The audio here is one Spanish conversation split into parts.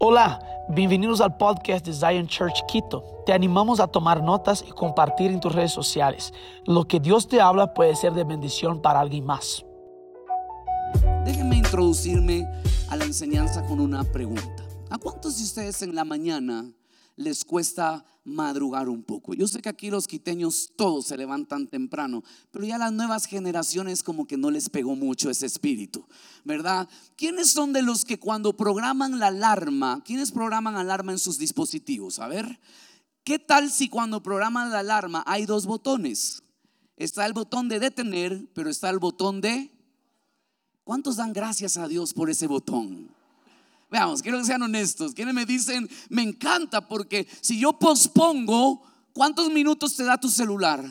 Hola, bienvenidos al podcast de Zion Church Quito. Te animamos a tomar notas y compartir en tus redes sociales. Lo que Dios te habla puede ser de bendición para alguien más. Déjenme introducirme a la enseñanza con una pregunta. ¿A cuántos de ustedes en la mañana les cuesta madrugar un poco? Yo sé que aquí los quiteños todos se levantan temprano, pero ya las nuevas generaciones como que no les pegó mucho ese espíritu, ¿verdad? ¿Quiénes son de los que cuando programan la alarma, quiénes programan alarma en sus dispositivos? A ver, ¿qué tal si cuando programan la alarma hay dos botones? Está el botón de detener, pero está el botón de... ¿Cuántos dan gracias a Dios por ese botón? Veamos, quiero que sean honestos. ¿Quiénes me dicen, me encanta porque si yo pospongo, ¿cuántos minutos te da tu celular?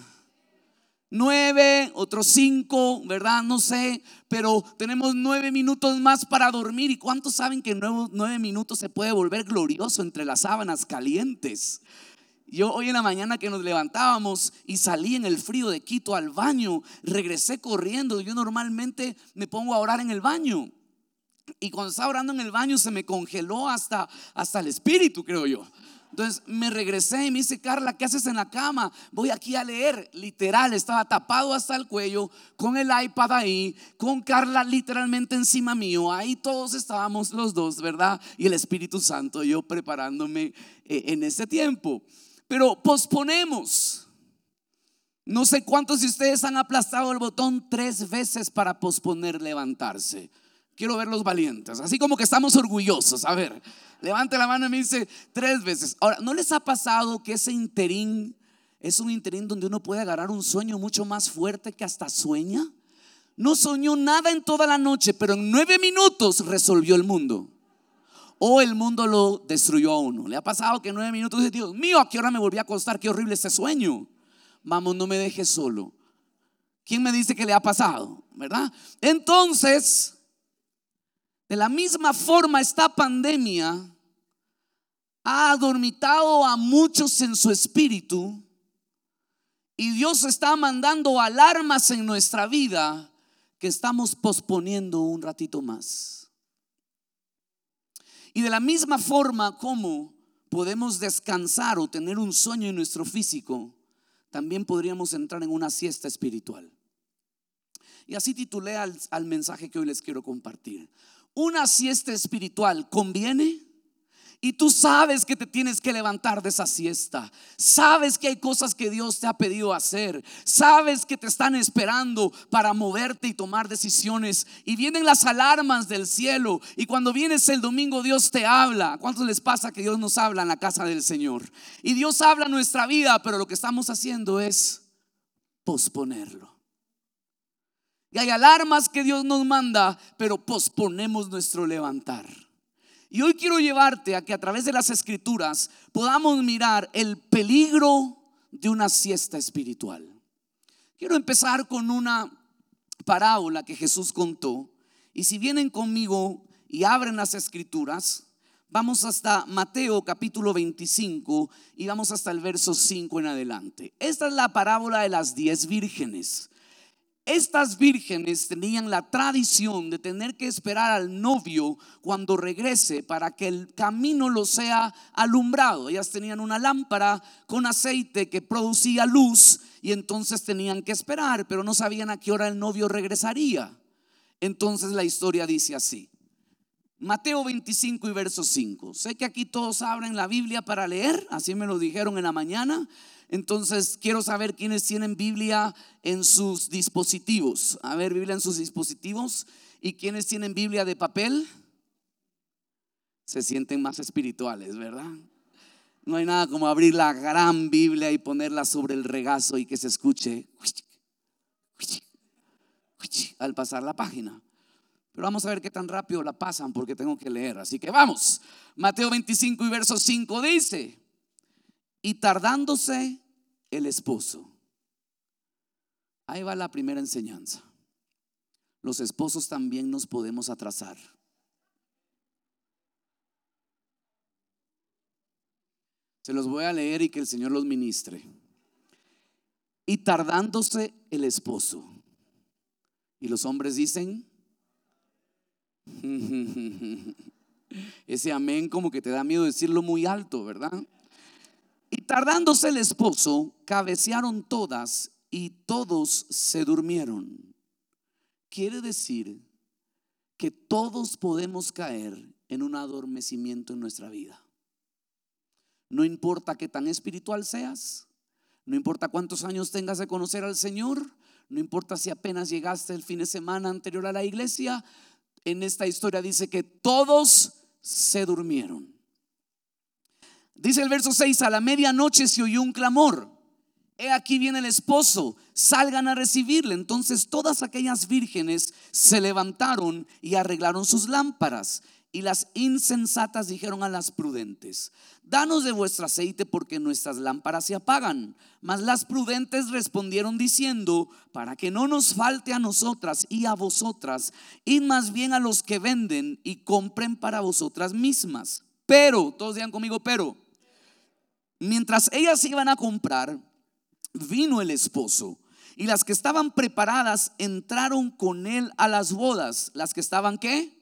9, otros 5, ¿verdad? No sé, pero tenemos 9 minutos más para dormir. ¿Y cuántos saben que en 9 minutos se puede volver glorioso entre las sábanas calientes? Yo hoy en la mañana que nos levantábamos y salí en el frío de Quito al baño, regresé corriendo. Yo normalmente me pongo a orar en el baño. Y cuando estaba orando en el baño se me congeló hasta el espíritu, creo yo. Entonces me regresé y me dice: Carla, ¿qué haces en la cama? Voy aquí a leer. Literal, estaba tapado hasta el cuello, con el iPad ahí, con Carla literalmente encima mío. Ahí todos estábamos los dos, ¿verdad? Y el Espíritu Santo, yo preparándome en ese tiempo. Pero posponemos. No sé cuántos de ustedes han aplastado el botón 3 veces para posponer levantarse. Quiero ver los valientes, así como que estamos orgullosos. A ver, levante la mano y me dice 3 veces. Ahora, ¿no les ha pasado que ese interín es un interín donde uno puede agarrar un sueño mucho más fuerte que hasta sueña? No soñó nada en toda la noche, pero en 9 minutos resolvió el mundo. O el mundo lo destruyó a uno. ¿Le ha pasado que en 9 minutos dice: Dios mío, ¿a qué hora me volví a acostar? Qué horrible este sueño. Vamos, no me dejes solo. ¿Quién me dice que le ha pasado? ¿Verdad? Entonces, de la misma forma, esta pandemia ha adormitado a muchos en su espíritu, y Dios está mandando alarmas en nuestra vida que estamos posponiendo un ratito más. Y de la misma forma como podemos descansar o tener un sueño en nuestro físico, también podríamos entrar en una siesta espiritual. Y así titulé al mensaje que hoy les quiero compartir: una siesta espiritual conviene. Y tú sabes que te tienes que levantar de esa siesta. Sabes que hay cosas que Dios te ha pedido hacer. Sabes que te están esperando para moverte y tomar decisiones. Y vienen las alarmas del cielo. Y cuando vienes el domingo, Dios te habla. ¿Cuántos les pasa que Dios nos habla en la casa del Señor? Y Dios habla en nuestra vida, pero lo que estamos haciendo es posponerlo. Y hay alarmas que Dios nos manda, pero posponemos nuestro levantar. Y hoy quiero llevarte a que a través de las escrituras podamos mirar el peligro de una siesta espiritual. Quiero empezar con una parábola que Jesús contó. Y si vienen conmigo y abren las escrituras, vamos hasta Mateo capítulo 25 y vamos hasta el verso 5 en adelante. Esta es la parábola de las 10 vírgenes. Estas vírgenes tenían la tradición de tener que esperar al novio cuando regrese para que el camino lo sea alumbrado. Ellas tenían una lámpara con aceite que producía luz y entonces tenían que esperar, pero no sabían a qué hora el novio regresaría. Entonces la historia dice así: Mateo 25 y verso 5. Sé que aquí todos abren la Biblia para leer, así me lo dijeron en la mañana. Entonces quiero saber quiénes tienen Biblia en sus dispositivos. A ver, Biblia en sus dispositivos. ¿Y quiénes tienen Biblia de papel? Se sienten más espirituales, ¿verdad? No hay nada como abrir la gran Biblia y ponerla sobre el regazo y que se escuche al pasar la página. Pero vamos a ver qué tan rápido la pasan, porque tengo que leer. Así que vamos. Mateo 25 y verso 5 dice: y tardándose el esposo. Ahí va la primera enseñanza. Los esposos también nos podemos atrasar. Se los voy a leer y que el Señor los ministre. Y tardándose el esposo. Y los hombres dicen Ese amén como que te da miedo decirlo muy alto, ¿verdad? Y tardándose el esposo, cabecearon todas y todos se durmieron. Quiere decir que todos podemos caer en un adormecimiento en nuestra vida. No importa qué tan espiritual seas, no importa cuántos años tengas de conocer al Señor, no importa si apenas llegaste el fin de semana anterior a la iglesia. En esta historia dice que todos se durmieron. Dice el verso 6: a la medianoche se oyó un clamor. He aquí viene el esposo, salgan a recibirle. Entonces todas aquellas vírgenes se levantaron y arreglaron sus lámparas. Y las insensatas dijeron a las prudentes: danos de vuestro aceite, porque nuestras lámparas se apagan. Mas las prudentes respondieron diciendo: para que no nos falte a nosotras y a vosotras, id más bien a los que venden y compren para vosotras mismas. Pero, todos digan conmigo, pero mientras ellas iban a comprar, vino el esposo, y las que estaban preparadas entraron con él a las bodas. ¿Las que estaban qué?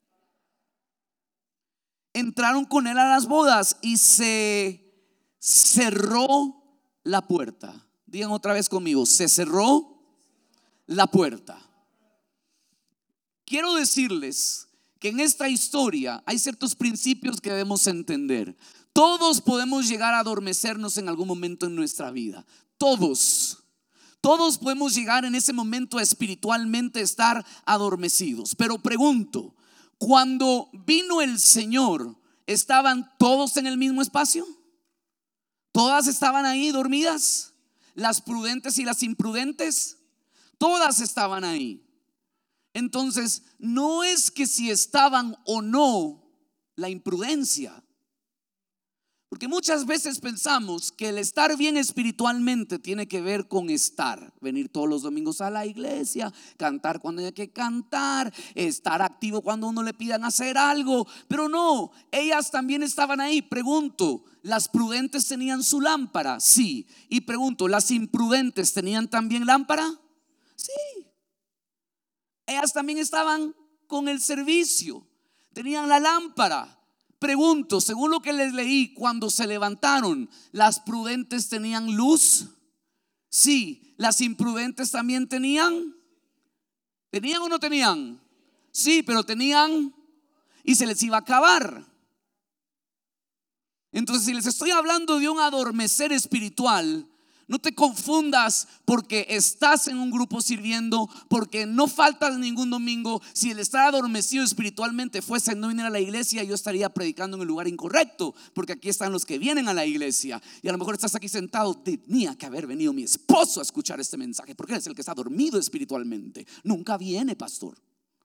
Entraron con él a las bodas y se cerró la puerta. Digan otra vez conmigo: se cerró la puerta. Quiero decirles que en esta historia hay ciertos principios que debemos entender. Todos podemos llegar a adormecernos en algún momento en nuestra vida. Todos podemos llegar en ese momento a espiritualmente estar adormecidos. Pero pregunto, cuando vino el Señor, ¿estaban todos en el mismo espacio? ¿Todas estaban ahí dormidas? ¿Las prudentes y las imprudentes? Todas estaban ahí. Entonces, no es que si estaban o no la imprudencia. Porque muchas veces pensamos que el estar bien espiritualmente tiene que ver con estar, venir todos los domingos a la iglesia, cantar cuando hay que cantar, estar activo cuando uno le pidan hacer algo. Pero no, ellas también estaban ahí. Pregunto, ¿las prudentes tenían su lámpara? Sí. Y pregunto, ¿las imprudentes tenían también lámpara? Sí. Ellas también estaban con el servicio, tenían la lámpara. Pregunto, según lo que les leí, cuando se levantaron, ¿las prudentes tenían luz? Sí. ¿Las imprudentes también tenían? ¿Tenían o no tenían? Sí, pero tenían, y se les iba a acabar. Entonces, si les estoy hablando de un adormecer espiritual, no te confundas porque estás en un grupo sirviendo, porque no faltas ningún domingo. Si el estar adormecido espiritualmente fuese no venir a la iglesia, yo estaría predicando en el lugar incorrecto, porque aquí están los que vienen a la iglesia. Y a lo mejor estás aquí sentado: tenía que haber venido mi esposo a escuchar este mensaje, porque él es el que está dormido espiritualmente. Nunca viene, pastor.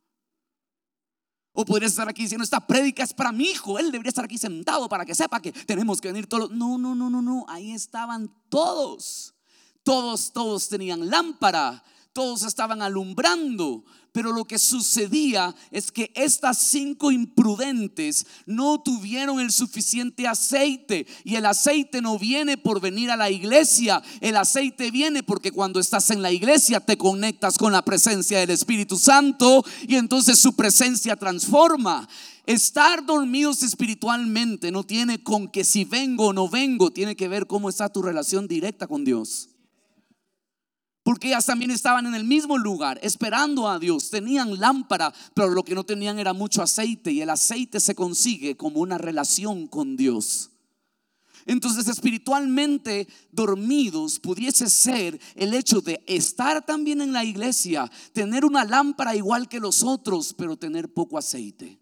O podrías estar aquí diciendo: esta prédica es para mi hijo, él debería estar aquí sentado para que sepa que tenemos que venir todos. No, ahí estaban todos. Todos tenían lámpara, todos estaban alumbrando. Pero lo que sucedía es que estas 5 imprudentes no tuvieron el suficiente aceite. Y el aceite no viene por venir a la iglesia. El aceite viene porque cuando estás en la iglesia te conectas con la presencia del Espíritu Santo, y entonces su presencia transforma. Estar dormidos espiritualmente no tiene con que si vengo o no vengo, tiene que ver cómo está tu relación directa con Dios. Porque ellas también estaban en el mismo lugar esperando a Dios, tenían lámpara, pero lo que no tenían era mucho aceite, y el aceite se consigue como una relación con Dios. Entonces, espiritualmente dormidos pudiese ser el hecho de estar también en la iglesia, tener una lámpara igual que los otros, pero tener poco aceite.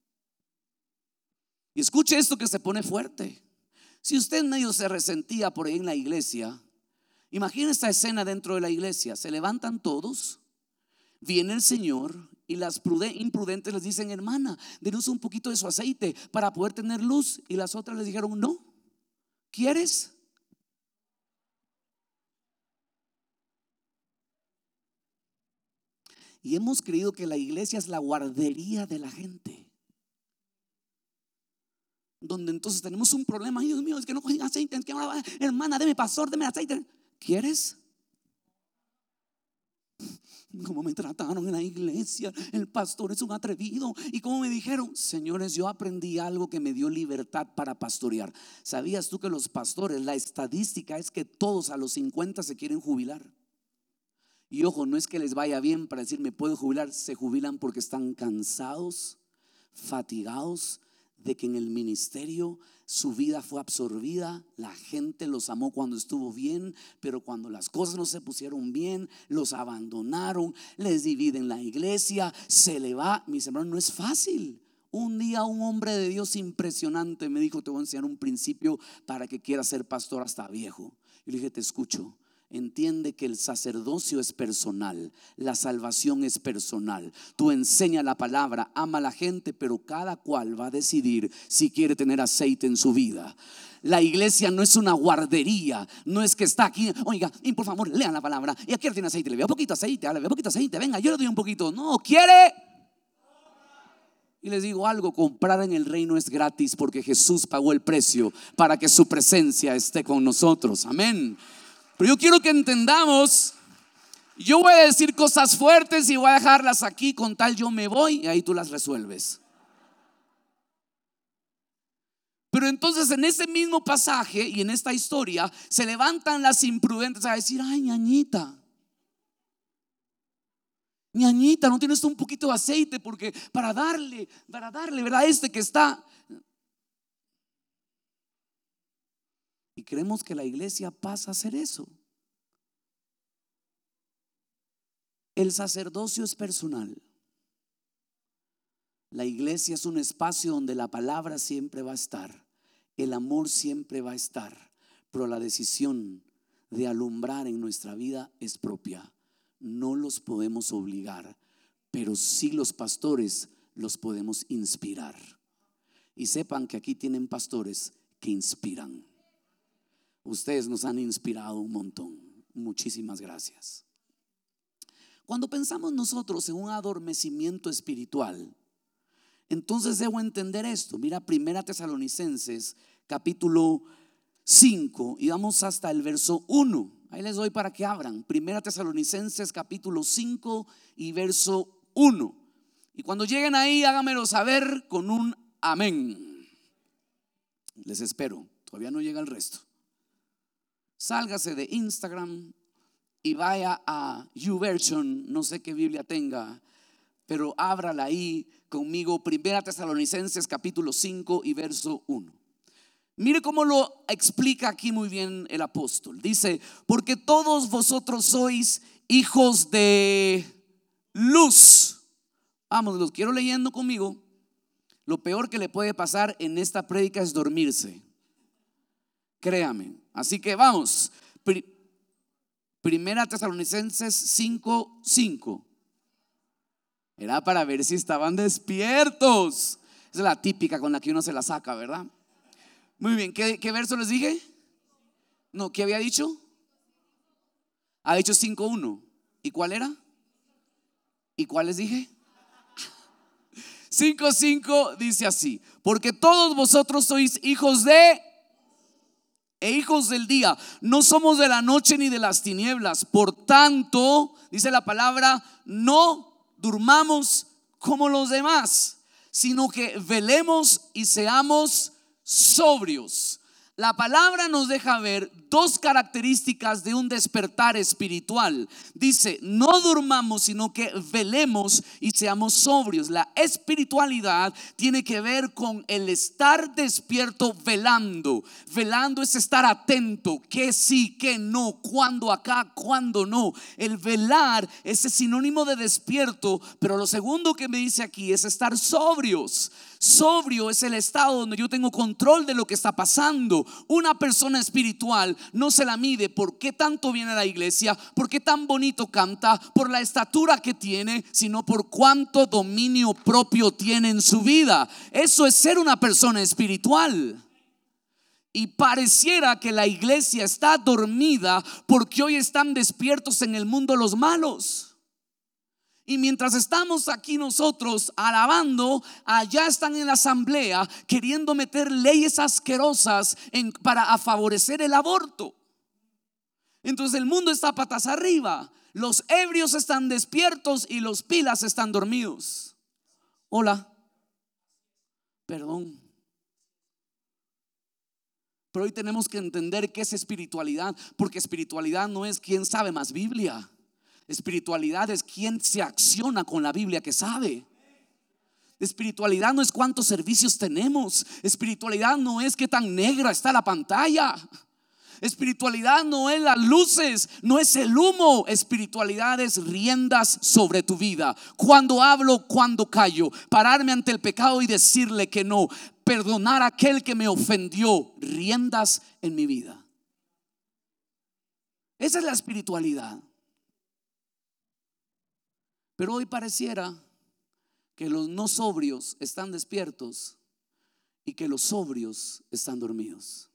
Y escuche esto que se pone fuerte. Si usted medio se resentía por ahí en la iglesia, imagina esta escena dentro de la iglesia. Se levantan todos, viene el Señor, y las imprudentes les dicen: hermana, denos un poquito de su aceite para poder tener luz. Y las otras les dijeron: no. ¿Quieres? Y hemos creído que la iglesia es la guardería de la gente, donde entonces tenemos un problema. Ay, Dios mío, es que no cogen aceite, es que hermana, deme pastor, deme aceite. ¿Quieres? Cómo me trataron en la iglesia, el pastor es un atrevido. Y como me dijeron, señores, yo aprendí algo que me dio libertad para pastorear. ¿Sabías tú que los pastores, la estadística es que todos a los 50 se quieren jubilar? Y ojo, no es que les vaya bien para decir me puedo jubilar. Se jubilan porque están cansados, fatigados de que en el ministerio su vida fue absorbida. La gente los amó cuando estuvo bien, pero cuando las cosas no se pusieron bien, los abandonaron, les dividen la iglesia, se le va. Mis hermanos, no es fácil. Un día un hombre de Dios impresionante me dijo: te voy a enseñar un principio para que quieras ser pastor hasta viejo. Yo le dije: te escucho. Entiende que el sacerdocio es personal, la salvación es personal. Tú enseña la palabra, ama a la gente, pero cada cual va a decidir si quiere tener aceite en su vida. La iglesia no es una guardería, no es que está aquí, oiga, y por favor lean la palabra, y aquí tiene aceite, le veo poquito aceite, le veo poquito aceite, venga, yo le doy un poquito. No, quiere. Y les digo algo: comprar en el reino es gratis, porque Jesús pagó el precio para que su presencia esté con nosotros. Amén. Pero yo quiero que entendamos, yo voy a decir cosas fuertes y voy a dejarlas aquí, con tal yo me voy y ahí tú las resuelves. Pero entonces en ese mismo pasaje y en esta historia se levantan las imprudentes a decir: ay, ñañita, ¿no tienes un poquito de aceite? Porque para darle, ¿verdad? Este que está. Y creemos que la iglesia pasa a hacer eso. El sacerdocio es personal. La iglesia es un espacio donde la palabra siempre va a estar, el amor siempre va a estar, pero la decisión de alumbrar en nuestra vida es propia. No los podemos obligar, pero sí los pastores los podemos inspirar. Y sepan que aquí tienen pastores que inspiran. Ustedes nos han inspirado un montón. Muchísimas gracias. Cuando pensamos nosotros en un adormecimiento espiritual, entonces debo entender esto. Mira, 1 Tesalonicenses capítulo 5 y vamos hasta el verso 1. Ahí les doy para que abran. 1 Tesalonicenses capítulo 5 y verso 1. Y cuando lleguen ahí, háganmelo saber con un amén. Les espero. Todavía no llega el resto. Sálgase de Instagram y vaya a YouVersion, no sé qué Biblia tenga, pero ábrala ahí conmigo. 1 Tesalonicenses capítulo 5 y verso 1. Mire cómo lo explica aquí muy bien el apóstol. Dice: porque todos vosotros sois hijos de luz. Vamos, los quiero leyendo conmigo. Lo peor que le puede pasar en esta prédica es dormirse, créame. Así que vamos. 1 Tesalonicenses 5:5. Era para ver si estaban despiertos. Esa es la típica con la que uno se la saca, ¿verdad? Muy bien, ¿qué verso les dije? No, ¿qué había dicho? Ha dicho 5:1. ¿Y cuál era? ¿Y cuál les dije? 5:5 dice así: porque todos vosotros sois hijos de hijos del día, no somos de la noche ni de las tinieblas. Por tanto, dice la palabra, no durmamos como los demás, sino que velemos y seamos sobrios. La palabra nos deja ver dos características de un despertar espiritual. Dice: no durmamos, sino que velemos y seamos sobrios. La espiritualidad tiene que ver con el estar despierto velando. Velando es estar atento, que sí, que no, cuándo acá, cuándo no. El velar es sinónimo de despierto, pero lo segundo que me dice aquí es estar sobrios. Sobrio es el estado donde yo tengo control de lo que está pasando. Una persona espiritual no se la mide por qué tanto viene a la iglesia, por qué tan bonito canta, por la estatura que tiene, sino por cuánto dominio propio tiene en su vida. Eso es ser una persona espiritual. Y pareciera que la iglesia está dormida porque hoy están despiertos en el mundo los malos. Y mientras estamos aquí nosotros alabando, allá están en la asamblea queriendo meter leyes asquerosas para favorecer el aborto. Entonces el mundo está patas arriba. Los ebrios están despiertos y los pilas están dormidos. Hola. Perdón. Pero hoy tenemos que entender qué es espiritualidad, porque espiritualidad no es quién sabe más Biblia. Espiritualidad es quién se acciona con la Biblia que sabe. Espiritualidad no es cuántos servicios tenemos. Espiritualidad no es qué tan negra está la pantalla. Espiritualidad no es las luces, no es el humo. Espiritualidad es riendas sobre tu vida. Cuando hablo, cuando callo, pararme ante el pecado y decirle que no, perdonar a aquel que me ofendió, riendas en mi vida. Esa es la espiritualidad. Pero hoy pareciera que los no sobrios están despiertos y que los sobrios están dormidos.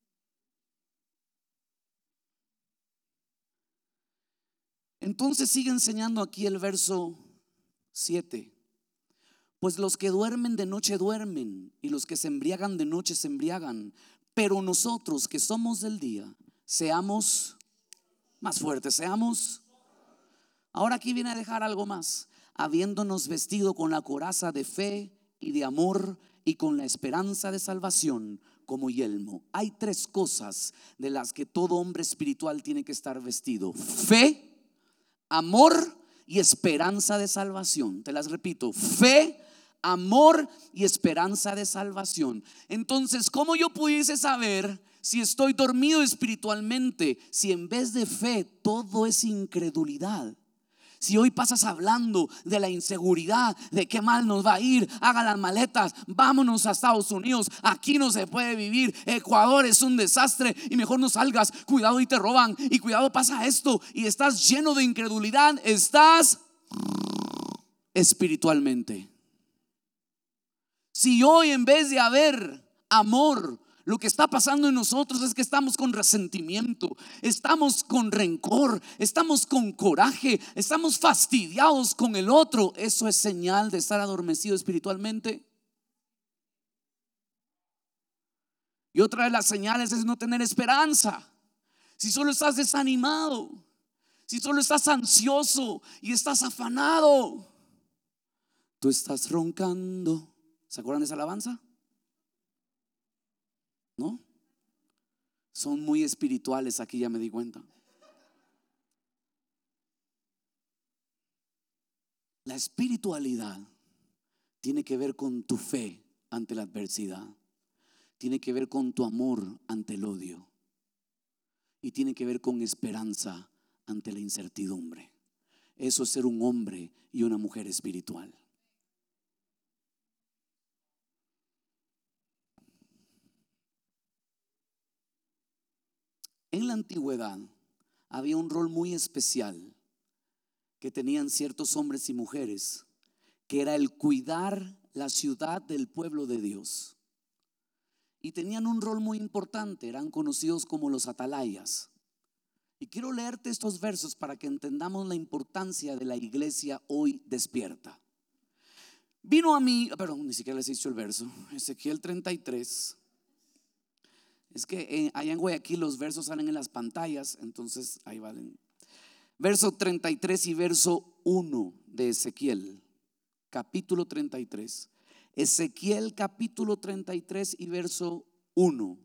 Entonces sigue enseñando aquí el verso 7. Pues los que duermen de noche duermen, y los que se embriagan de noche se embriagan. Pero nosotros que somos del día, seamos más fuertes, seamos. Ahora aquí viene a dejar algo más. Habiéndonos vestido con la coraza de fe y de amor y con la esperanza de salvación como yelmo. Hay tres cosas de las que todo hombre espiritual tiene que estar vestido: fe, amor y esperanza de salvación. Te las repito: fe, amor y esperanza de salvación. Entonces, ¿cómo yo pudiese saber si estoy dormido espiritualmente, si en vez de fe todo es incredulidad? Si hoy pasas hablando de la inseguridad, de qué mal nos va a ir, haga las maletas, vámonos a Estados Unidos, aquí no se puede vivir, Ecuador es un desastre y mejor no salgas, cuidado y te roban, y cuidado pasa esto, y estás lleno de incredulidad, estás espiritualmente. Si hoy en vez de haber amor, lo que está pasando en nosotros es que estamos con resentimiento, estamos con rencor, estamos con coraje, estamos fastidiados con el otro, ¿eso es señal de estar adormecido espiritualmente? Y otra de las señales es no tener esperanza. Si solo estás desanimado, si solo estás ansioso y estás afanado, tú estás roncando. ¿Se acuerdan de esa alabanza? ¿No? Son muy espirituales aquí, ya me di cuenta. La espiritualidad tiene que ver con tu fe ante la adversidad, tiene que ver con tu amor ante el odio y tiene que ver con esperanza ante la incertidumbre. Eso es ser un hombre y una mujer espiritual. En la antigüedad había un rol muy especial que tenían ciertos hombres y mujeres, que era el cuidar la ciudad del pueblo de Dios. Y tenían un rol muy importante, eran conocidos como los atalayas. Y quiero leerte estos versos para que entendamos la importancia de la iglesia hoy despierta. Vino a mí, perdón, ni siquiera les he dicho el verso, Ezequiel 33. Es que allá en Guayaquil los versos salen en las pantallas, entonces ahí valen. Verso 33 y verso 1 de Ezequiel, capítulo 33. Ezequiel capítulo 33 y verso 1.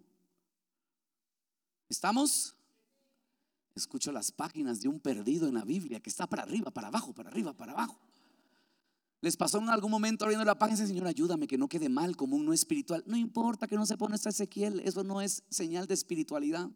¿Estamos? Escucho las páginas de un perdido en la Biblia que está para arriba, para abajo, para arriba, para abajo. Les pasó en algún momento abriendo la página: Señor, ayúdame que no quede mal como un no espiritual. No importa que no se pone esta Ezequiel, eso no es señal de espiritualidad.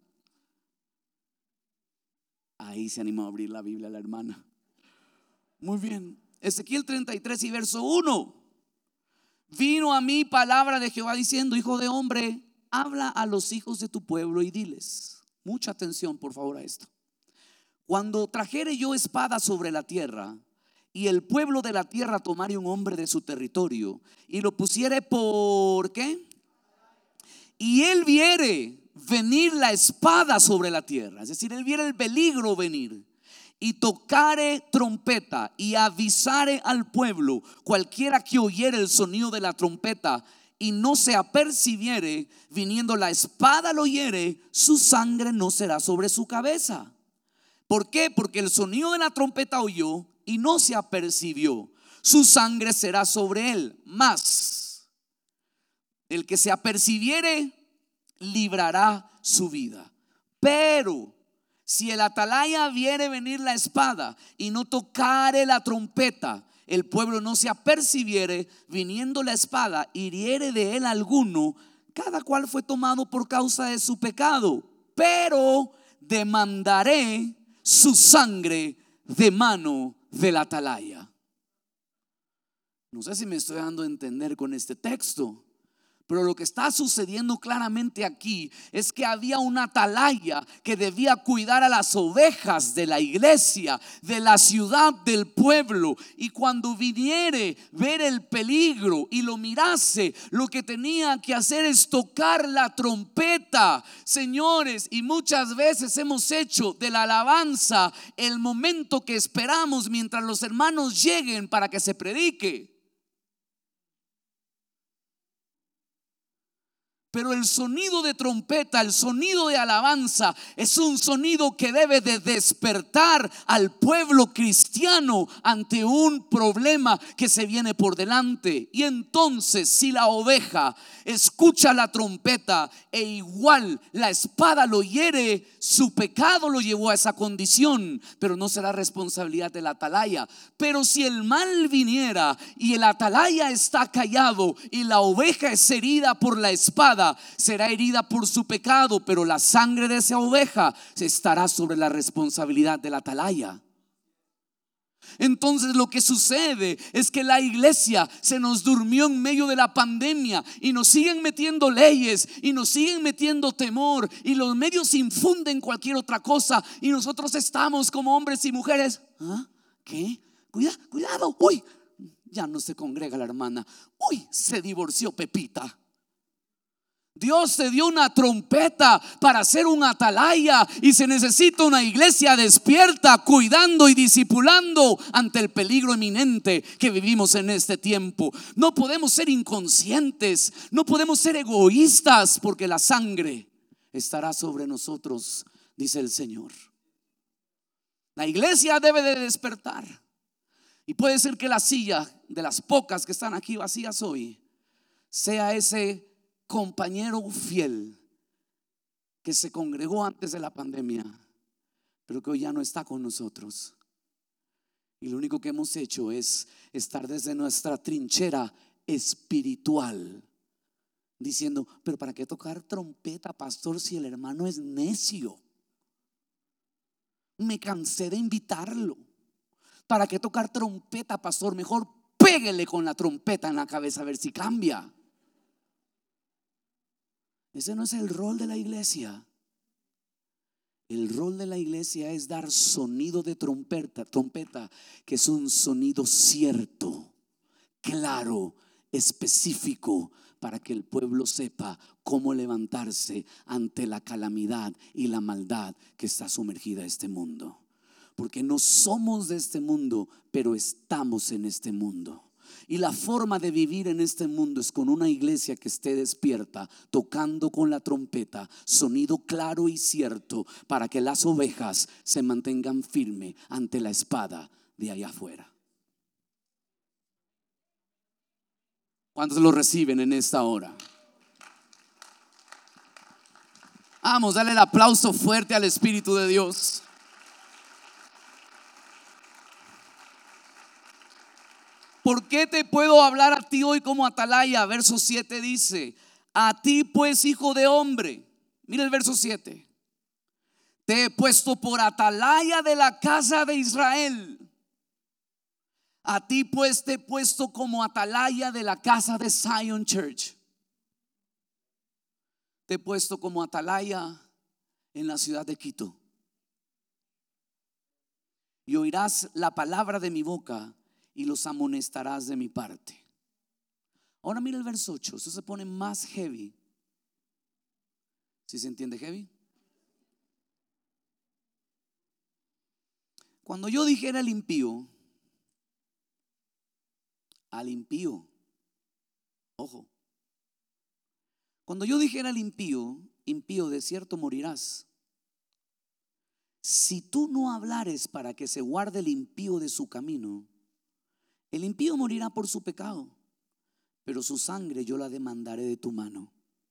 Ahí se animó a abrir la Biblia la hermana. Muy bien. Ezequiel 33 y verso 1. Vino a mí palabra de Jehová diciendo: hijo de hombre, habla a los hijos de tu pueblo y diles. Mucha atención por favor a esto. Cuando trajere yo espada sobre la tierra, y el pueblo de la tierra tomare un hombre de su territorio y lo pusiere por ¿qué? Y él viere venir la espada sobre la tierra, es decir, él viere el peligro venir, y tocare trompeta y avisare al pueblo, cualquiera que oyere el sonido de la trompeta y no se apercibiere, viniendo la espada lo hiere, su sangre no será sobre su cabeza. ¿Por qué? Porque el sonido de la trompeta oyó y no se apercibió. Su sangre será sobre él. Mas el que se apercibiere librará su vida. Pero si el atalaya viere venir la espada y no tocare la trompeta, el pueblo no se apercibiere, viniendo la espada, hiriere de él alguno, cada cual fue tomado por causa de su pecado. Pero demandaré su sangre de mano del atalaya. No sé si me estoy dando a entender con este texto, pero lo que está sucediendo claramente aquí es que había una atalaya que debía cuidar a las ovejas de la iglesia, de la ciudad, del pueblo. Y cuando viniere ver el peligro y lo mirase, lo que tenía que hacer es tocar la trompeta. Señores, y muchas veces hemos hecho de la alabanza el momento que esperamos mientras los hermanos lleguen para que se predique. Pero el sonido de trompeta, el sonido de alabanza, es un sonido que debe de despertar al pueblo cristiano ante un problema que se viene por delante. Y entonces, si la oveja escucha la trompeta e igual la espada lo hiere, su pecado lo llevó a esa condición, pero no será responsabilidad del atalaya. Pero si el mal viniera y el atalaya está callado y la oveja es herida por la espada, será herida por su pecado, pero la sangre de esa oveja estará sobre la responsabilidad del atalaya. Entonces lo que sucede es que la iglesia se nos durmió en medio de la pandemia y nos siguen metiendo leyes y nos siguen metiendo temor y los medios infunden cualquier otra cosa y nosotros estamos como hombres y mujeres. ¿Ah? ¿Qué? Cuidado, uy, ya no se congrega la hermana, uy, se divorció Pepita. Dios te dio una trompeta para ser un atalaya y se necesita una iglesia despierta, cuidando y discipulando ante el peligro inminente que vivimos en este tiempo. No podemos ser inconscientes, no podemos ser egoístas, porque la sangre estará sobre nosotros, dice el Señor. La iglesia debe de despertar. Y puede ser que la silla de las pocas que están aquí vacías hoy sea ese compañero fiel que se congregó antes de la pandemia, pero que hoy ya no está con nosotros. Y lo único que hemos hecho es estar desde nuestra trinchera espiritual diciendo: pero ¿para qué tocar trompeta, pastor, si el hermano es necio? Me cansé de invitarlo. ¿Para qué tocar trompeta, pastor? Mejor péguele con la trompeta en la cabeza a ver si cambia. Ese no es el rol de la iglesia. El rol de la iglesia es dar sonido de trompeta, que es un sonido cierto, claro, específico, para que el pueblo sepa cómo levantarse ante la calamidad y la maldad que está sumergida este mundo. Porque no somos de este mundo, pero estamos en este mundo. Y la forma de vivir en este mundo es con una iglesia que esté despierta, tocando con la trompeta, sonido claro y cierto, para que las ovejas se mantengan firmes ante la espada de allá afuera. ¿Cuántos lo reciben en esta hora? Vamos, dale el aplauso fuerte al Espíritu de Dios. ¿Por qué te puedo hablar a ti hoy como atalaya? Verso 7 dice: a ti pues, hijo de hombre. Mira el verso 7. Te he puesto por atalaya de la casa de Israel. A ti pues te he puesto como atalaya de la casa de Zion Church. Te he puesto como atalaya en la ciudad de Quito. Y oirás la palabra de mi boca y los amonestarás de mi parte. Ahora mira el verso 8. Esto se pone más heavy. ¿Sí se entiende heavy? Cuando yo dijera al impío, ojo, cuando yo dijera al impío, impío, de cierto morirás, si tú no hablares para que se guarde el impío de su camino, el impío morirá por su pecado, pero su sangre yo la demandaré de tu mano.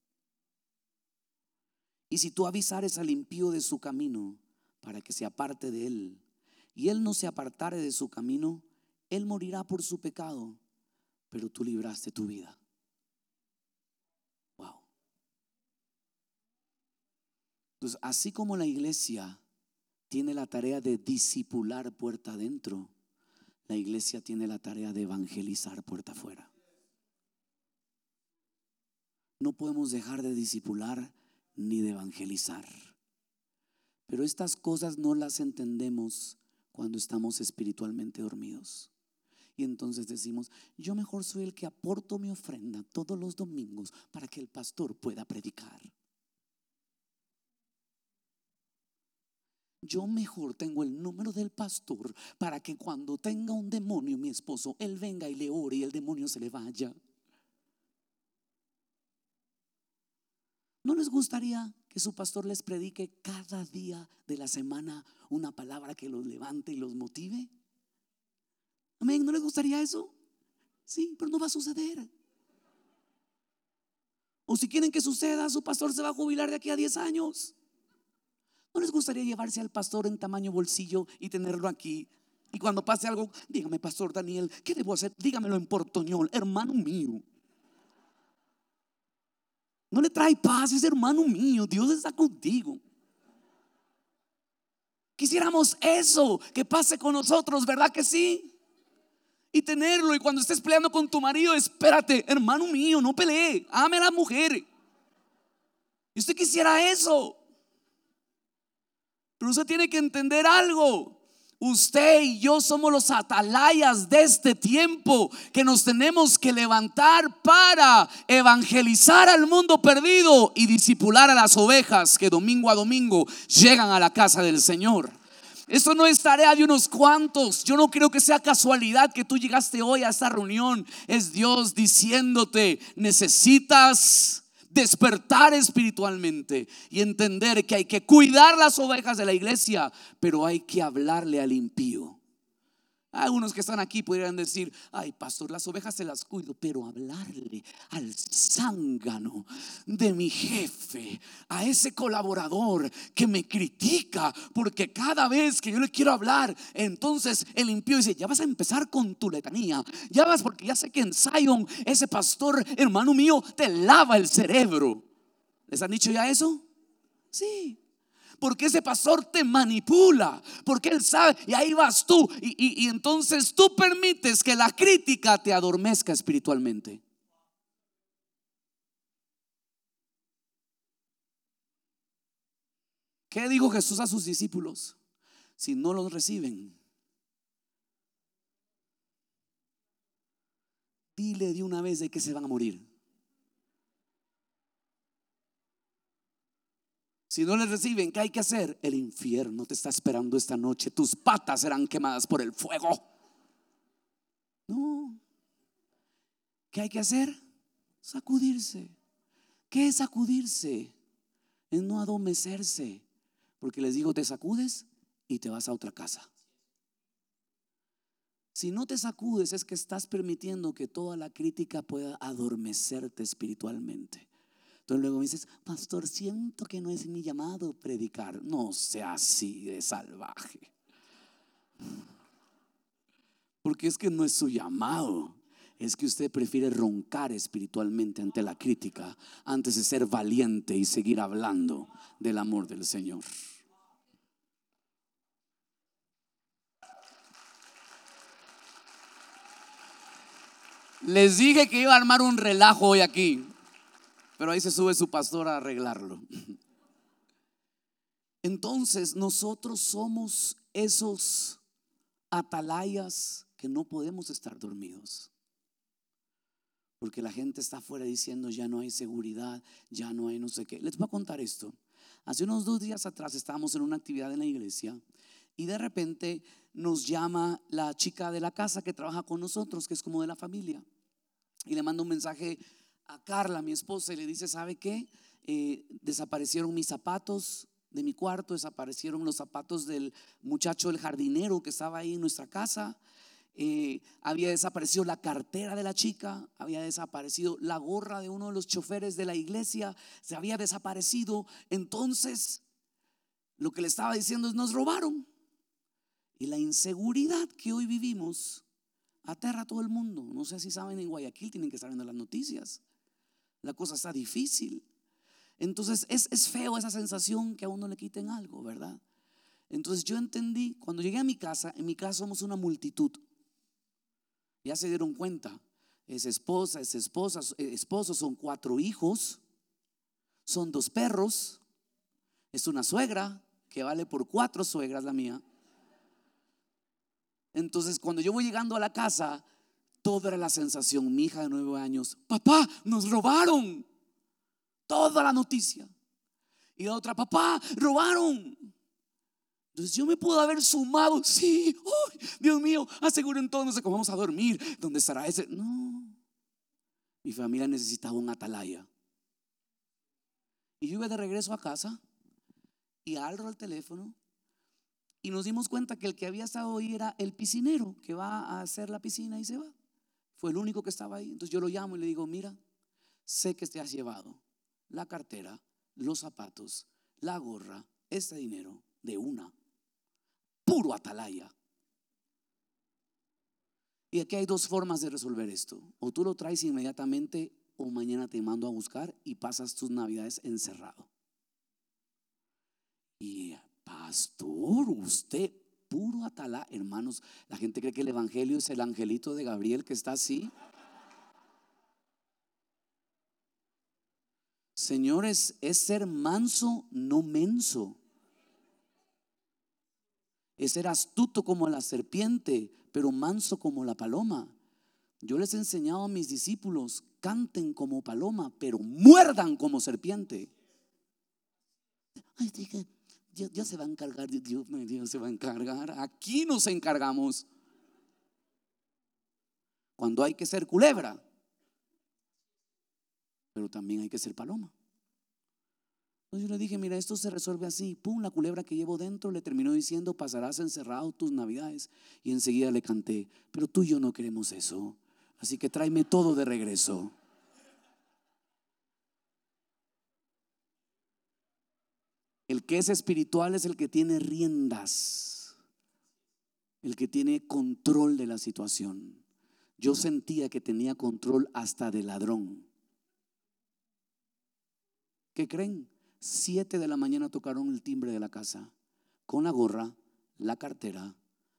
Y si tú avisares al impío de su camino para que se aparte de él, y él no se apartare de su camino, él morirá por su pecado, pero tú libraste tu vida. Wow. Entonces, así como la iglesia tiene la tarea de discipular puerta adentro, la iglesia tiene la tarea de evangelizar puerta afuera. No podemos dejar de discipular ni de evangelizar. Pero estas cosas no las entendemos cuando estamos espiritualmente dormidos. Y entonces decimos: yo mejor soy el que aporto mi ofrenda todos los domingos para que el pastor pueda predicar. Yo mejor tengo el número del pastor para que cuando tenga un demonio mi esposo, él venga y le ore y el demonio se le vaya. ¿No les gustaría que su pastor les predique cada día de la semana una palabra que los levante y los motive? Amén. ¿No les gustaría eso? Sí, pero no va a suceder. O si quieren que suceda, su pastor se va a jubilar de aquí a 10 años. ¿No les gustaría llevarse al pastor en tamaño bolsillo y tenerlo aquí? Y cuando pase algo, dígame, pastor Daniel, ¿qué debo hacer? Dígamelo en portoñol, hermano mío. No le trae paz, es hermano mío, Dios está contigo. Quisiéramos eso, que pase con nosotros, ¿verdad que sí? Y tenerlo, y cuando estés peleando con tu marido, espérate, hermano mío, no pelee, ame a la mujer. Y usted quisiera eso. Pero usted tiene que entender algo. Usted y yo somos los atalayas de este tiempo, que nos tenemos que levantar para evangelizar al mundo perdido y discipular a las ovejas que domingo a domingo llegan a la casa del Señor. Esto no es tarea de unos cuantos. Yo no creo que sea casualidad que tú llegaste hoy a esta reunión. Es Dios diciéndote: necesitas despertar espiritualmente y entender que hay que cuidar las ovejas de la iglesia, pero hay que hablarle al impío. Algunos que están aquí podrían decir: ay, pastor, las ovejas se las cuido, pero hablarle al zángano de mi jefe, a ese colaborador que me critica, porque cada vez que yo le quiero hablar, entonces el impío dice: ya vas a empezar con tu letanía, ya vas, porque ya sé que en Zion ese pastor, hermano mío, te lava el cerebro. ¿Les han dicho ya eso? Sí. Porque ese pastor te manipula, porque él sabe, y ahí vas tú, y entonces tú permites que la crítica te adormezca espiritualmente. ¿Qué dijo Jesús a sus discípulos? Si no los reciben, dile de una vez de que se van a morir. Si no les reciben, ¿qué hay que hacer? El infierno te está esperando esta noche. Tus patas serán quemadas por el fuego. No. ¿Qué hay que hacer? Sacudirse. ¿Qué es sacudirse? Es no adormecerse. Porque les digo, te sacudes y te vas a otra casa. Si no te sacudes, es que estás permitiendo que toda la crítica pueda adormecerte espiritualmente. Entonces luego me dices: pastor, siento que no es mi llamado predicar. No sea así de salvaje, porque es que no es su llamado. Es que usted prefiere roncar espiritualmente ante la crítica antes de ser valiente y seguir hablando del amor del Señor. Les dije que iba a armar un relajo hoy aquí, pero ahí se sube su pastor a arreglarlo. Entonces nosotros somos esos atalayas que no podemos estar dormidos, porque la gente está afuera diciendo: ya no hay seguridad, ya no hay no sé qué. Les voy a contar esto. Hace unos 2 días atrás estábamos en una actividad en la iglesia y de repente nos llama la chica de la casa que trabaja con nosotros, que es como de la familia, y le manda un mensaje a Carla, mi esposa, y le dice: ¿sabe qué? Desaparecieron mis zapatos de mi cuarto, desaparecieron los zapatos del muchacho, el jardinero que estaba ahí en nuestra casa. Había desaparecido la cartera de la chica, había desaparecido la gorra de uno de los choferes de la iglesia, se había desaparecido. Entonces lo que le estaba diciendo es: nos robaron. Y la inseguridad que hoy vivimos aterra a todo el mundo. No sé si saben, en Guayaquil tienen que estar viendo las noticias. La cosa está difícil. Entonces es feo esa sensación que a uno le quiten algo, ¿verdad? Entonces yo entendí, cuando llegué a mi casa, en mi casa somos una multitud. Ya se dieron cuenta, es esposa, esposo, son 4 hijos, son 2 perros, es una suegra que vale por 4 suegras la mía. Entonces cuando yo voy llegando a la casa, toda era la sensación. Mi hija de 9 años: papá, nos robaron. Toda la noticia. Y la otra: papá, robaron. Entonces yo me puedo haber sumado. Sí, oh, Dios mío, aseguren todo, no sé cómo vamos a dormir. ¿Dónde estará ese? No, mi familia necesitaba un atalaya. Y yo iba de regreso a casa y abro el teléfono y nos dimos cuenta que el que había estado ahí era el piscinero que va a hacer la piscina y se va. Fue el único que estaba ahí. Entonces yo lo llamo y le digo: mira, sé que te has llevado la cartera, los zapatos, la gorra, este dinero de una. Puro atalaya. Y aquí hay 2 formas de resolver esto: o tú lo traes inmediatamente, o mañana te mando a buscar y pasas tus navidades encerrado. Y pastor, usted puro atalaya. Hermanos, la gente cree que el evangelio es el angelito de Gabriel que está así. Señores, es ser manso, no menso. Es ser astuto como la serpiente, pero manso como la paloma. Yo les he enseñado a mis discípulos: canten como paloma, pero muerdan como serpiente. Ay, Dios se va a encargar. Dios se va a encargar. Aquí nos encargamos cuando hay que ser culebra, pero también hay que ser paloma. Entonces yo le dije: mira, esto se resuelve así. Pum, la culebra que llevo dentro le terminó diciendo: pasarás encerrado tus navidades. Y enseguida le canté: pero tú y yo no queremos eso, así que tráeme todo de regreso. El que es espiritual es el que tiene riendas, el que tiene control de la situación. Yo sentía que tenía control hasta de ladrón. ¿Qué creen? 7 de la mañana tocaron el timbre de la casa con la gorra, la cartera,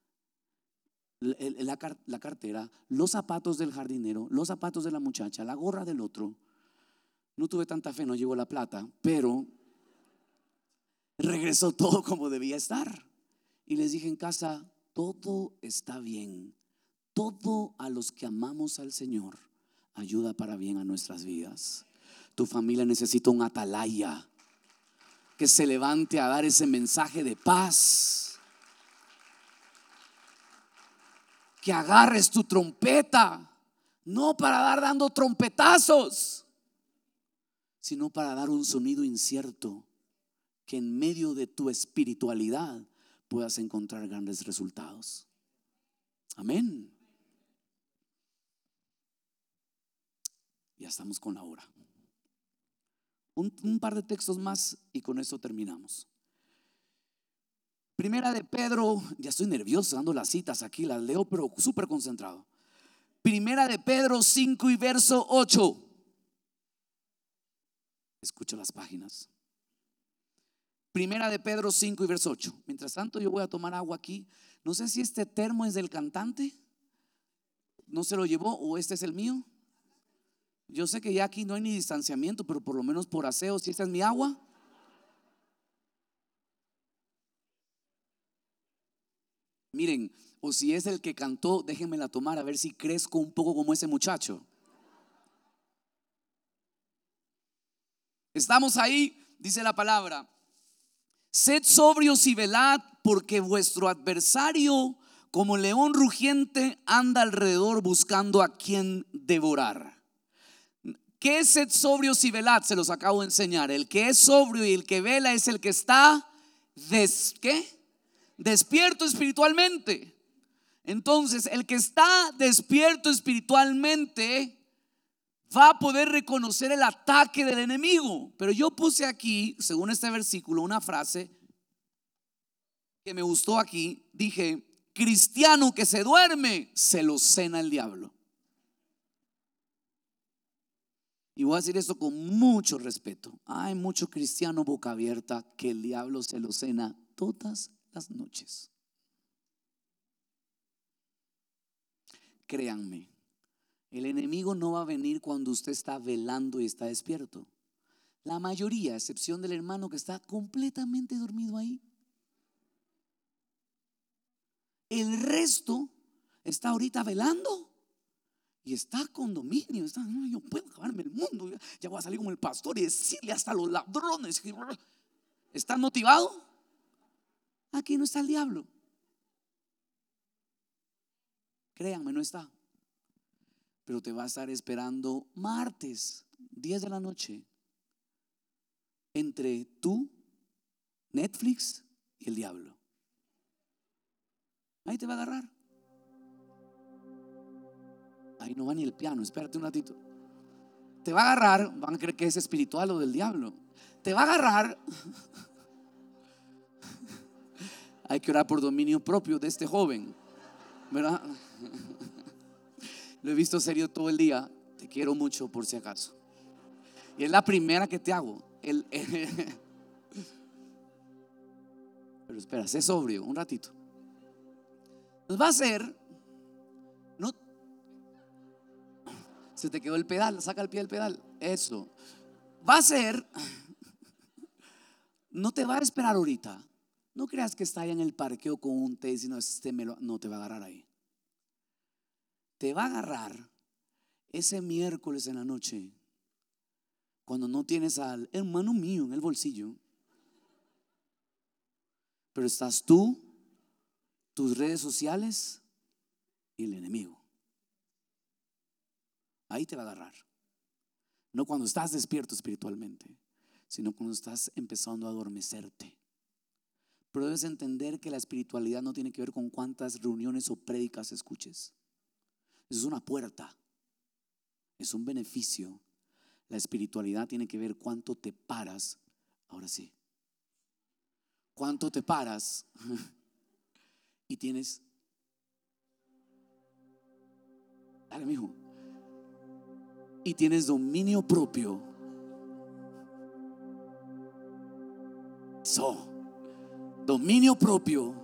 la cartera, los zapatos del jardinero, los zapatos de la muchacha, la gorra del otro. No tuve tanta fe, no llegó la plata, pero regresó todo como debía estar. Y les dije en casa: todo está bien. Todo a los que amamos al Señor ayuda para bien a nuestras vidas. Tu familia necesita un atalaya que se levante a dar ese mensaje de paz. Que agarres tu trompeta, no para dar dando trompetazos, sino para dar un sonido incierto, que en medio de tu espiritualidad puedas encontrar grandes resultados. Amén. Ya estamos con la hora. Un par de textos más y con eso terminamos. Primera de Pedro, ya estoy nervioso dando las citas aquí, las leo pero súper concentrado. Primera de Pedro 5 y verso 8. Escucho las páginas. Primera de Pedro 5 y verso 8. Mientras tanto yo voy a tomar agua aquí. No sé si este termo es del cantante, no se lo llevó, o este es el mío. Yo sé que ya aquí no hay ni distanciamiento, pero por lo menos por aseo, si esta es mi agua. Miren, o si es el que cantó, déjenmela tomar a ver si crezco un poco como ese muchacho. Estamos ahí, dice la palabra: sed sobrios y velad, porque vuestro adversario, como león rugiente, anda alrededor buscando a quien devorar. ¿Qué es sed sobrios y velad? Se los acabo de enseñar. El que es sobrio y el que vela es el que está ¿qué? Despierto espiritualmente. Entonces, el que está despierto espiritualmente va a poder reconocer el ataque del enemigo. Pero yo puse aquí, según este versículo, una frase que me gustó aquí. Dije: cristiano que se duerme, se lo cena el diablo. Y voy a decir esto con mucho respeto. Hay mucho cristiano boca abierta que el diablo se lo cena todas las noches. Créanme, el enemigo no va a venir cuando usted está velando y está despierto. La mayoría, a excepción del hermano que está completamente dormido ahí, el resto está ahorita velando y está con dominio. Está: no, yo puedo acabarme el mundo, ya voy a salir como el pastor y decirle hasta a los ladrones. ¿Está motivado? Aquí no está el diablo. Créanme, no está. Pero te va a estar esperando martes, 10 de la noche, entre tú, Netflix y el diablo. Ahí te va a agarrar. Ahí no va ni el piano, espérate un ratito. Te va a agarrar, van a creer que es espiritual o del diablo. Te va a agarrar. Hay que orar por dominio propio de este joven, ¿verdad? Lo he visto serio todo el día. Te quiero mucho, por si acaso. Y es la primera que te hago. Pero espera, sé sobrio un ratito. Nos va a hacer, no, se te quedó el pedal, saca el pie del pedal. Eso va a ser, no te va a esperar ahorita. No creas que está allá en el parqueo con un té diciendo: no te va a agarrar ahí. Te va a agarrar ese miércoles en la noche, cuando no tienes al hermano mío en el bolsillo, pero estás tú, tus redes sociales y el enemigo. Ahí te va a agarrar. No cuando estás despierto espiritualmente, sino cuando estás empezando a adormecerte. Pero debes entender que la espiritualidad no tiene que ver con cuántas reuniones o prédicas escuches. Eso es una puerta, es un beneficio. La espiritualidad tiene que ver cuánto te paras. Ahora sí, cuánto te paras y tienes, dale mijo, y tienes dominio propio. Dominio propio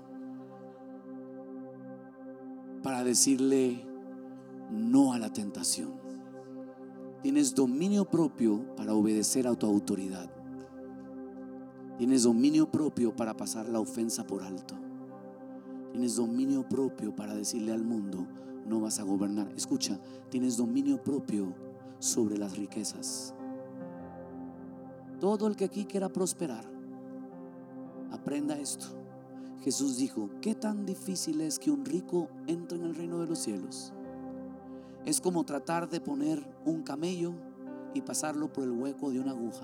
para decirle no a la tentación. Tienes dominio propio para obedecer a tu autoridad. Tienes dominio propio para pasar la ofensa por alto. Tienes dominio propio para decirle al mundo: no vas a gobernar. Escucha, tienes dominio propio sobre las riquezas. Todo el que aquí quiera prosperar, aprenda esto. Jesús dijo: ¿qué tan difícil es que un rico entre en el reino de los cielos? Es como tratar de poner un camello y pasarlo por el hueco de una aguja.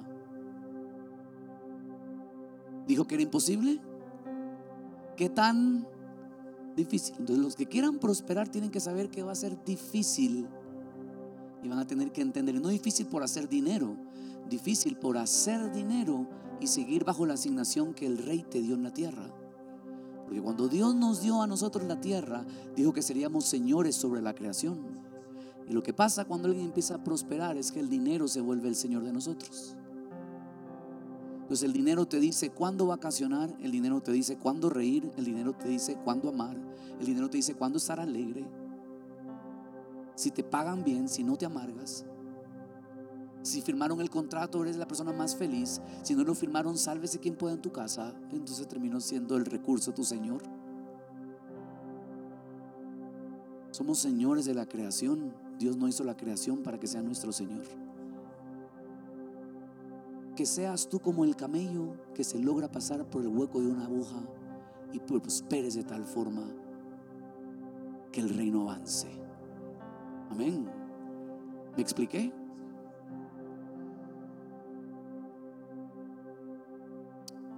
¿Dijo que era imposible? ¿Qué tan difícil? Entonces los que quieran prosperar tienen que saber que va a ser difícil. Y van a tener que entender, no difícil por hacer dinero, difícil por hacer dinero y seguir bajo la asignación que el rey te dio en la tierra. Porque cuando Dios nos dio a nosotros la tierra, dijo que seríamos señores sobre la creación. Y lo que pasa cuando alguien empieza a prosperar es que el dinero se vuelve el señor de nosotros. Entonces el dinero te dice cuándo vacacionar, el dinero te dice cuándo reír, el dinero te dice cuándo amar, el dinero te dice cuándo estar alegre. Si te pagan bien, si no te amargas. Si firmaron el contrato, eres la persona más feliz. Si no lo firmaron, sálvese quien pueda en tu casa. Entonces terminó siendo el recurso tu Señor. Somos señores de la creación. Dios no hizo la creación para que sea nuestro Señor. Que seas tú como el camello que se logra pasar por el hueco de una aguja y prosperes de tal forma que el reino avance. Amén. ¿Me expliqué?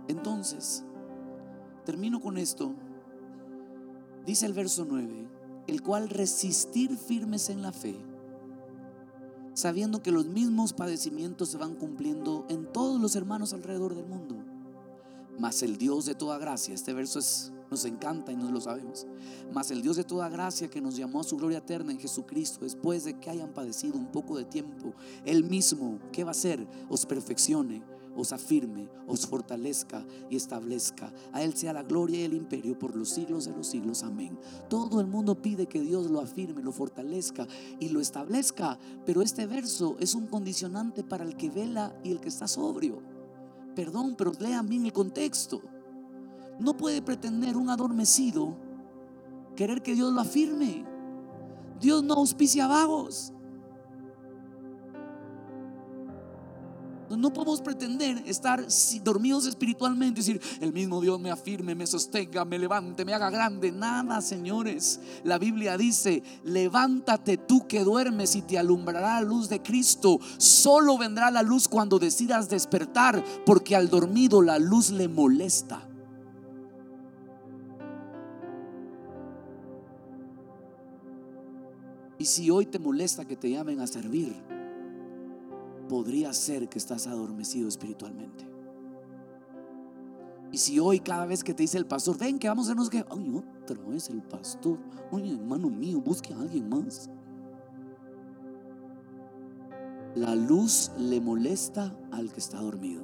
Entonces, termino con esto. Dice el verso 9: el cual resistir firmes en la fe, sabiendo que los mismos padecimientos se van cumpliendo en todos los hermanos alrededor del mundo. Mas el Dios de toda gracia, este verso nos encanta y nos lo sabemos. Mas el Dios de toda gracia, que nos llamó a su gloria eterna en Jesucristo, después de que hayan padecido un poco de tiempo, Él mismo, ¿qué va a hacer? Os perfeccione, os afirme, os fortalezca y establezca. A Él sea la gloria y el imperio por los siglos de los siglos. Amén. Todo el mundo pide que Dios lo afirme, lo fortalezca y lo establezca, pero este verso es un condicionante para el que vela y el que está sobrio. Perdón, pero lean bien el contexto. No puede pretender un adormecido querer que Dios lo afirme. Dios no auspicia vagos. No podemos pretender estar dormidos espiritualmente y decir: el mismo Dios me afirme, me sostenga, me levante, me haga grande. Nada, señores. La Biblia dice: levántate tú que duermes y te alumbrará la luz de Cristo. Solo vendrá la luz cuando decidas despertar, porque al dormido la luz le molesta. Y si hoy te molesta que te llamen a servir, podría ser que estás adormecido espiritualmente. Y si hoy cada vez que te dice el pastor: ven que vamos a hacernos que, ay, otra vez el pastor, oye, hermano mío, busque a alguien más. La luz le molesta al que está dormido.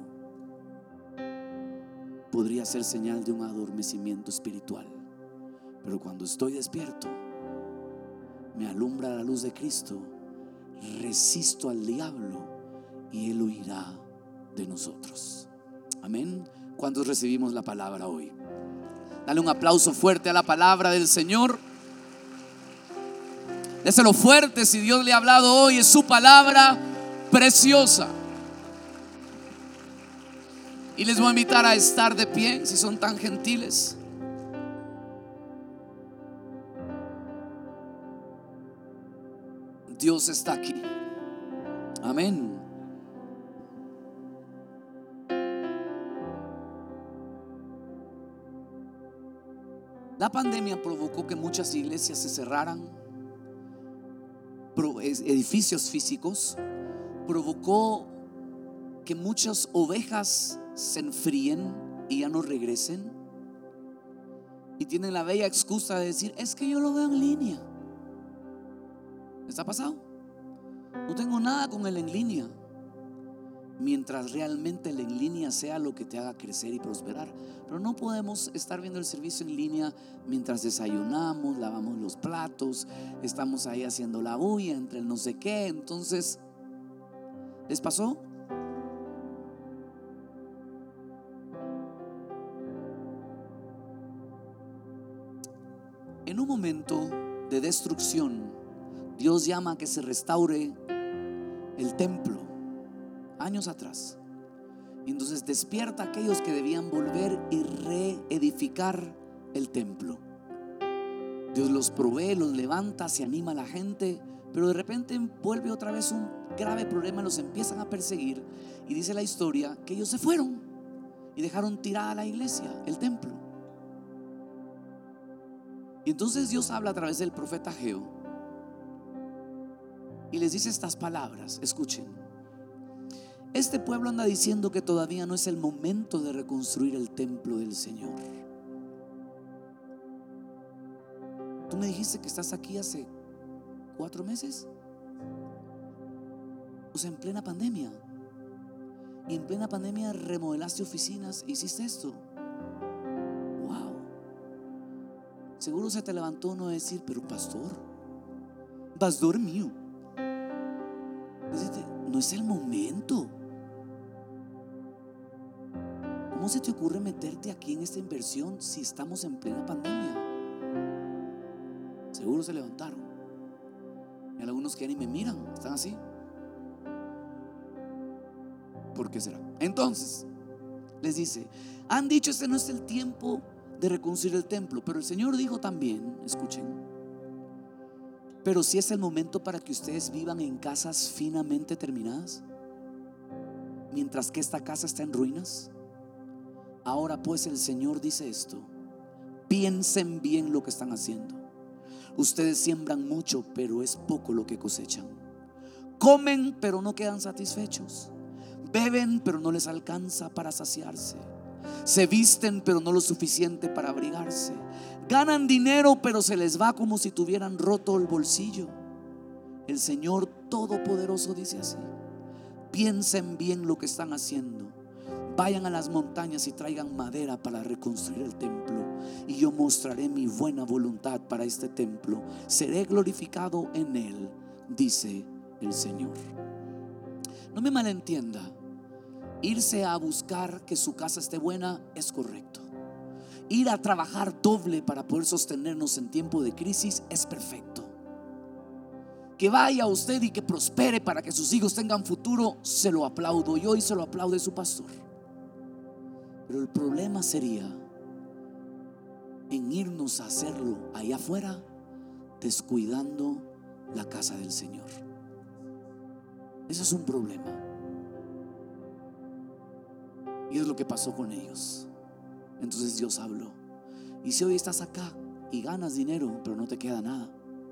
Podría ser señal de un adormecimiento espiritual. Pero cuando estoy despierto, me alumbra la luz de Cristo, resisto al diablo y Él huirá de nosotros. Amén. ¿Cuántos recibimos la palabra hoy? Dale un aplauso fuerte a la palabra del Señor. Déselo fuerte si Dios le ha hablado hoy. Es su palabra preciosa. Y les voy a invitar a estar de pie, si son tan gentiles. Dios está aquí. Amén. La pandemia provocó que muchas iglesias se cerraran, edificios físicos. Provocó que muchas ovejas se enfríen y ya no regresen, y tienen la bella excusa de decir: es que yo lo veo en línea. ¿Está pasado? No tengo nada con el en línea. Mientras realmente el en línea sea lo que te haga crecer y prosperar. Pero no podemos estar viendo el servicio en línea mientras desayunamos, lavamos los platos, estamos ahí haciendo la bulla entre el no sé qué. Entonces, ¿les pasó? En un momento de destrucción, Dios llama a que se restaure el templo, años atrás. Y entonces despierta a aquellos que debían volver y reedificar el templo. Dios los provee, los levanta, se anima a la gente, pero de repente vuelve otra vez un grave problema, los empiezan a perseguir. Y dice la historia que ellos se fueron y dejaron tirada la iglesia, el templo. Y entonces Dios habla a través del profeta Ageo y les dice estas palabras. Escuchen: este pueblo anda diciendo que todavía no es el momento de reconstruir el templo del Señor. Tú me dijiste que estás aquí hace 4 meses, o sea, en plena pandemia. Y en plena pandemia remodelaste oficinas, hiciste esto. Wow. Seguro se te levantó uno a decir: pero pastor mío, no es el momento. ¿Cómo se te ocurre meterte aquí en esta inversión si estamos en plena pandemia? Seguro se levantaron. Y algunos que ni me miran, están así. ¿Por qué será? Entonces les dice: han dicho, este no es el tiempo de reconstruir el templo. Pero el Señor dijo también, escuchen: pero si es el momento para que ustedes vivan en casas finamente terminadas, mientras que esta casa está en ruinas. Ahora pues el Señor dice esto: piensen bien lo que están haciendo. Ustedes siembran mucho, pero es poco lo que cosechan. Comen, pero no quedan satisfechos. Beben, pero no les alcanza para saciarse. Se visten, pero no lo suficiente para abrigarse. Ganan dinero, pero se les va como si tuvieran roto el bolsillo. El Señor Todopoderoso dice así: piensen bien lo que están haciendo. Vayan a las montañas y traigan madera para reconstruir el templo, y yo mostraré mi buena voluntad para este templo. Seré glorificado en él, dice el Señor. No me malentienda. Irse a buscar que su casa esté buena es correcto. Ir a trabajar doble para poder sostenernos en tiempo de crisis es perfecto. Que vaya usted y que prospere para que sus hijos tengan futuro, se lo aplaudo yo y se lo aplaude su pastor. Pero el problema sería en irnos a hacerlo allá afuera, descuidando la casa del Señor. Ese es un problema. Y es lo que pasó con ellos. Entonces Dios habló: y si hoy estás acá y ganas dinero, pero no te queda nada,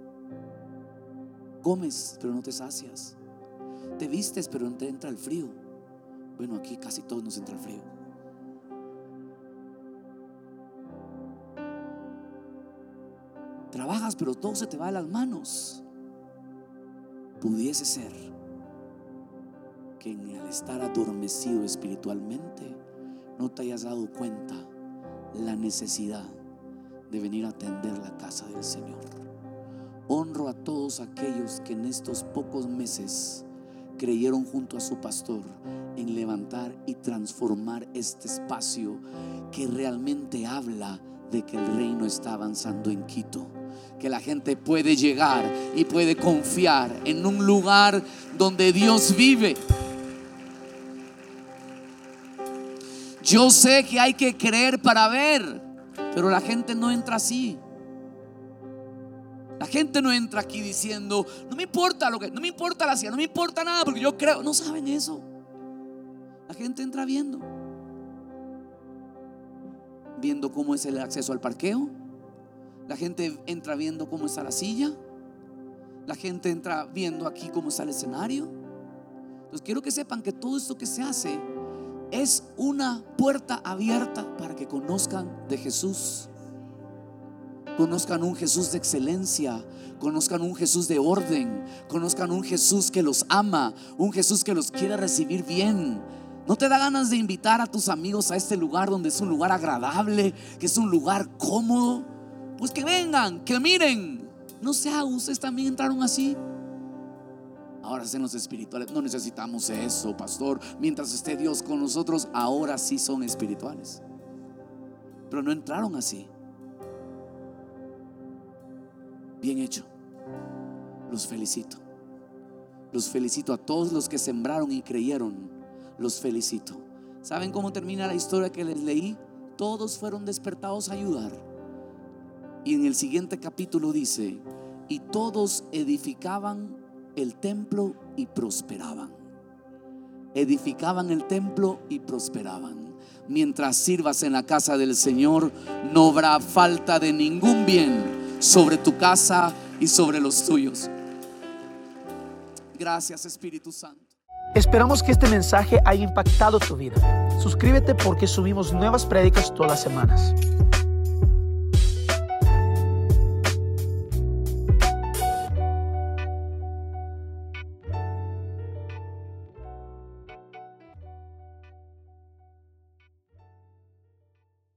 comes pero no te sacias, te vistes pero no te entra el frío. Bueno, aquí casi todos nos entra el frío. Trabajas pero todo se te va de las manos. Pudiese ser que al estar adormecido espiritualmente no te hayas dado cuenta la necesidad de venir a atender la casa del Señor. Honro a todos aquellos que en estos pocos meses creyeron junto a su pastor en levantar y transformar este espacio que realmente habla de que el reino está avanzando en Quito, que la gente puede llegar y puede confiar en un lugar donde Dios vive. Yo sé que hay que creer para ver, pero la gente no entra así. La gente no entra aquí diciendo: no me importa no me importa la silla, no me importa nada porque yo creo. No saben eso. La gente entra viendo cómo es el acceso al parqueo. La gente entra viendo cómo está la silla. La gente entra viendo aquí cómo está el escenario. Entonces quiero que sepan que todo esto que se hace es una puerta abierta para que conozcan de Jesús. Conozcan un Jesús de excelencia, conozcan un Jesús de orden, conozcan un Jesús que los ama, un Jesús que los quiere recibir bien. ¿No te da ganas de invitar a tus amigos a este lugar donde es un lugar agradable, que es un lugar cómodo? Pues que vengan, que miren. No sea, ustedes también entraron así. Ahora en los espirituales no necesitamos eso, pastor. Mientras esté Dios con nosotros, ahora sí son espirituales. Pero no entraron así. Bien hecho. Los felicito. Los felicito a todos los que sembraron y creyeron. Los felicito. ¿Saben cómo termina la historia que les leí? Todos fueron despertados a ayudar. Y en el siguiente capítulo dice: y todos edificaban el templo y prosperaban. Edificaban el templo y prosperaban. Mientras sirvas en la casa del Señor, no habrá falta de ningún bien sobre tu casa y sobre los tuyos. Gracias, Espíritu Santo. Esperamos que este mensaje haya impactado tu vida. Suscríbete porque subimos nuevas prédicas todas las semanas.